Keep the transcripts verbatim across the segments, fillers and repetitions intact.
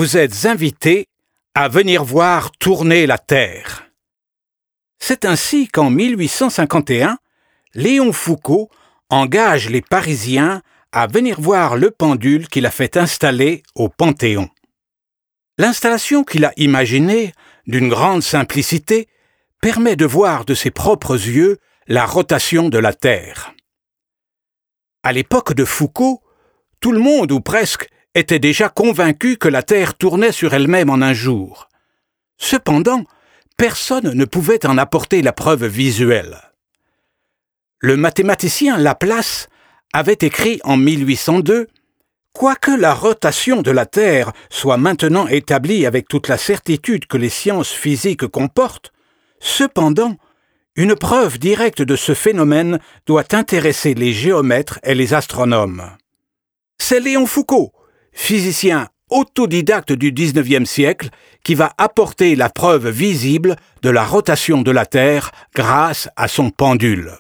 vous êtes invités à venir voir tourner la Terre. C'est ainsi qu'en mille huit cent cinquante et un, Léon Foucault engage les Parisiens à venir voir le pendule qu'il a fait installer au Panthéon. L'installation qu'il a imaginée, d'une grande simplicité, permet de voir de ses propres yeux la rotation de la Terre. À l'époque de Foucault, tout le monde, ou presque, était déjà convaincu que la Terre tournait sur elle-même en un jour. Cependant, personne ne pouvait en apporter la preuve visuelle. Le mathématicien Laplace avait écrit en mille huit cent deux « Quoique la rotation de la Terre soit maintenant établie avec toute la certitude que les sciences physiques comportent, cependant, une preuve directe de ce phénomène doit intéresser les géomètres et les astronomes. » C'est Léon Foucault, physicien autodidacte du dix-neuvième siècle, qui va apporter la preuve visible de la rotation de la Terre grâce à son pendule.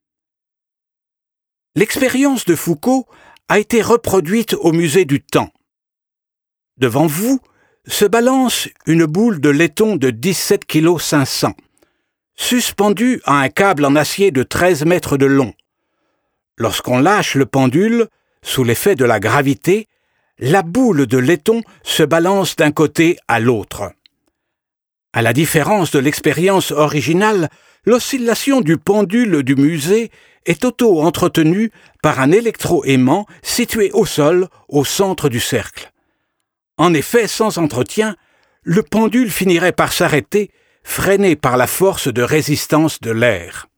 L'expérience de Foucault a été reproduite au musée du Temps. Devant vous se balance une boule de laiton de dix-sept virgule cinq kilos, suspendue à un câble en acier de treize mètres de long. Lorsqu'on lâche le pendule, sous l'effet de la gravité, la boule de laiton se balance d'un côté à l'autre. À la différence de l'expérience originale, l'oscillation du pendule du musée est auto-entretenue par un électroaimant situé au sol, au centre du cercle. En effet, sans entretien, le pendule finirait par s'arrêter, freiné par la force de résistance de l'air.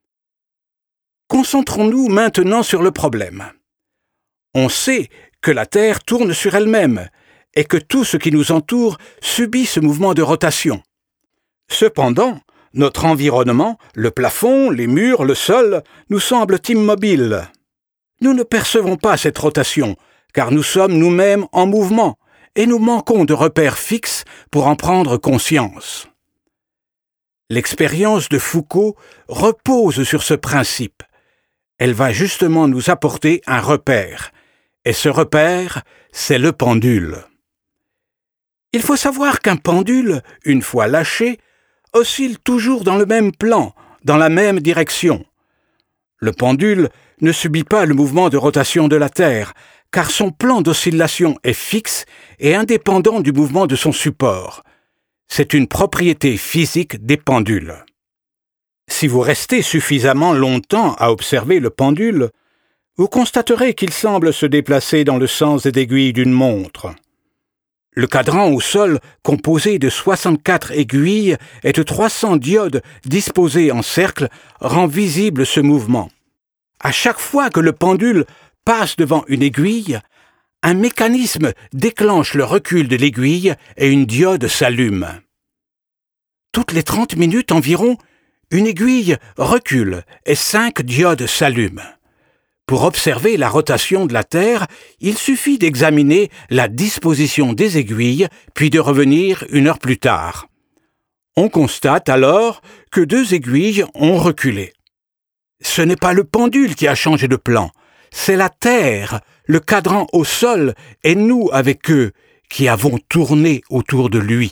Concentrons-nous maintenant sur le problème. On sait que la Terre tourne sur elle-même et que tout ce qui nous entoure subit ce mouvement de rotation. Cependant, notre environnement, le plafond, les murs, le sol, nous semblent immobiles. Nous ne percevons pas cette rotation, car nous sommes nous-mêmes en mouvement et nous manquons de repères fixes pour en prendre conscience. L'expérience de Foucault repose sur ce principe. Elle va justement nous apporter un repère. Et ce repère, c'est le pendule. Il faut savoir qu'un pendule, une fois lâché, oscille toujours dans le même plan, dans la même direction. Le pendule ne subit pas le mouvement de rotation de la Terre, car son plan d'oscillation est fixe et indépendant du mouvement de son support. C'est une propriété physique des pendules. Si vous restez suffisamment longtemps à observer le pendule, vous constaterez qu'il semble se déplacer dans le sens des aiguilles d'une montre. Le cadran au sol, composé de soixante-quatre aiguilles et de trois cents diodes disposées en cercle, rend visible ce mouvement. À chaque fois que le pendule passe devant une aiguille, un mécanisme déclenche le recul de l'aiguille et une diode s'allume. Toutes les trente minutes environ, une aiguille recule et cinq diodes s'allument. Pour observer la rotation de la Terre, il suffit d'examiner la disposition des aiguilles, puis de revenir une heure plus tard. On constate alors que deux aiguilles ont reculé. Ce n'est pas le pendule qui a changé de plan, c'est la Terre, le cadran au sol, et nous avec eux, qui avons tourné autour de lui.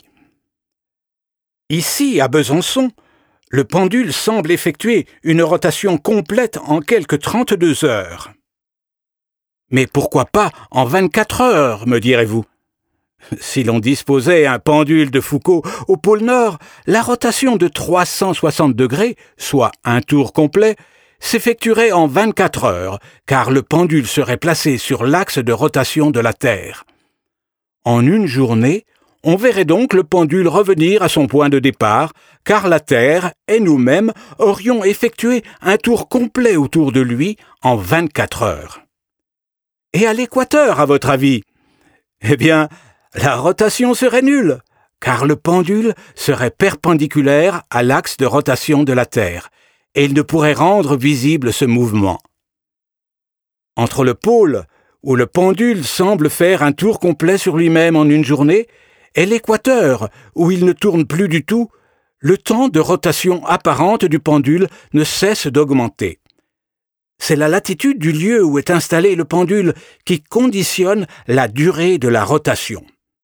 Ici, à Besançon, le pendule semble effectuer une rotation complète en quelque trente-deux heures. Mais pourquoi pas en vingt-quatre heures, me direz-vous? Si l'on disposait un pendule de Foucault au pôle Nord, la rotation de trois cent soixante degrés, soit un tour complet, s'effectuerait en vingt-quatre heures, car le pendule serait placé sur l'axe de rotation de la Terre. En une journée, on verrait donc le pendule revenir à son point de départ, car la Terre et nous-mêmes aurions effectué un tour complet autour de lui en vingt-quatre heures. Et à l'équateur, à votre avis? Eh bien, la rotation serait nulle, car le pendule serait perpendiculaire à l'axe de rotation de la Terre, et il ne pourrait rendre visible ce mouvement. Entre le pôle, où le pendule semble faire un tour complet sur lui-même en une journée, et l'équateur, où il ne tourne plus du tout, le temps de rotation apparente du pendule ne cesse d'augmenter. C'est la latitude du lieu où est installé le pendule qui conditionne la durée de la rotation.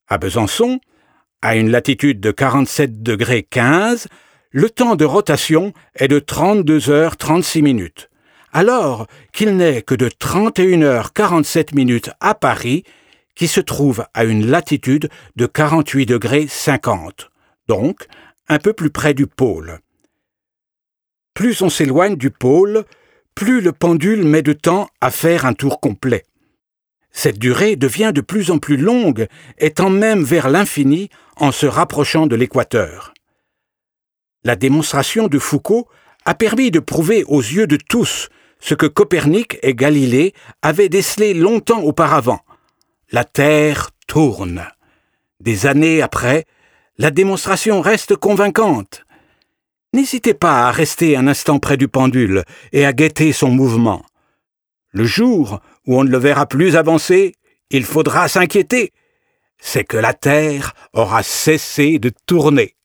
À Besançon, à une latitude de quarante-sept degrés quinze, le temps de rotation est de trente-deux heures trente-six minutes, alors qu'il n'est que de trente et une heures quarante-sept minutes à Paris, qui se trouve à une latitude de quarante-huit degrés cinquante, donc un peu plus près du pôle. Plus on s'éloigne du pôle, plus le pendule met de temps à faire un tour complet. Cette durée devient de plus en plus longue et tend même vers l'infini en se rapprochant de l'équateur. La démonstration de Foucault a permis de prouver aux yeux de tous ce que Copernic et Galilée avaient décelé longtemps auparavant. La Terre tourne. Des années après, la démonstration reste convaincante. N'hésitez pas à rester un instant près du pendule et à guetter son mouvement. Le jour où on ne le verra plus avancer, il faudra s'inquiéter. C'est que la Terre aura cessé de tourner.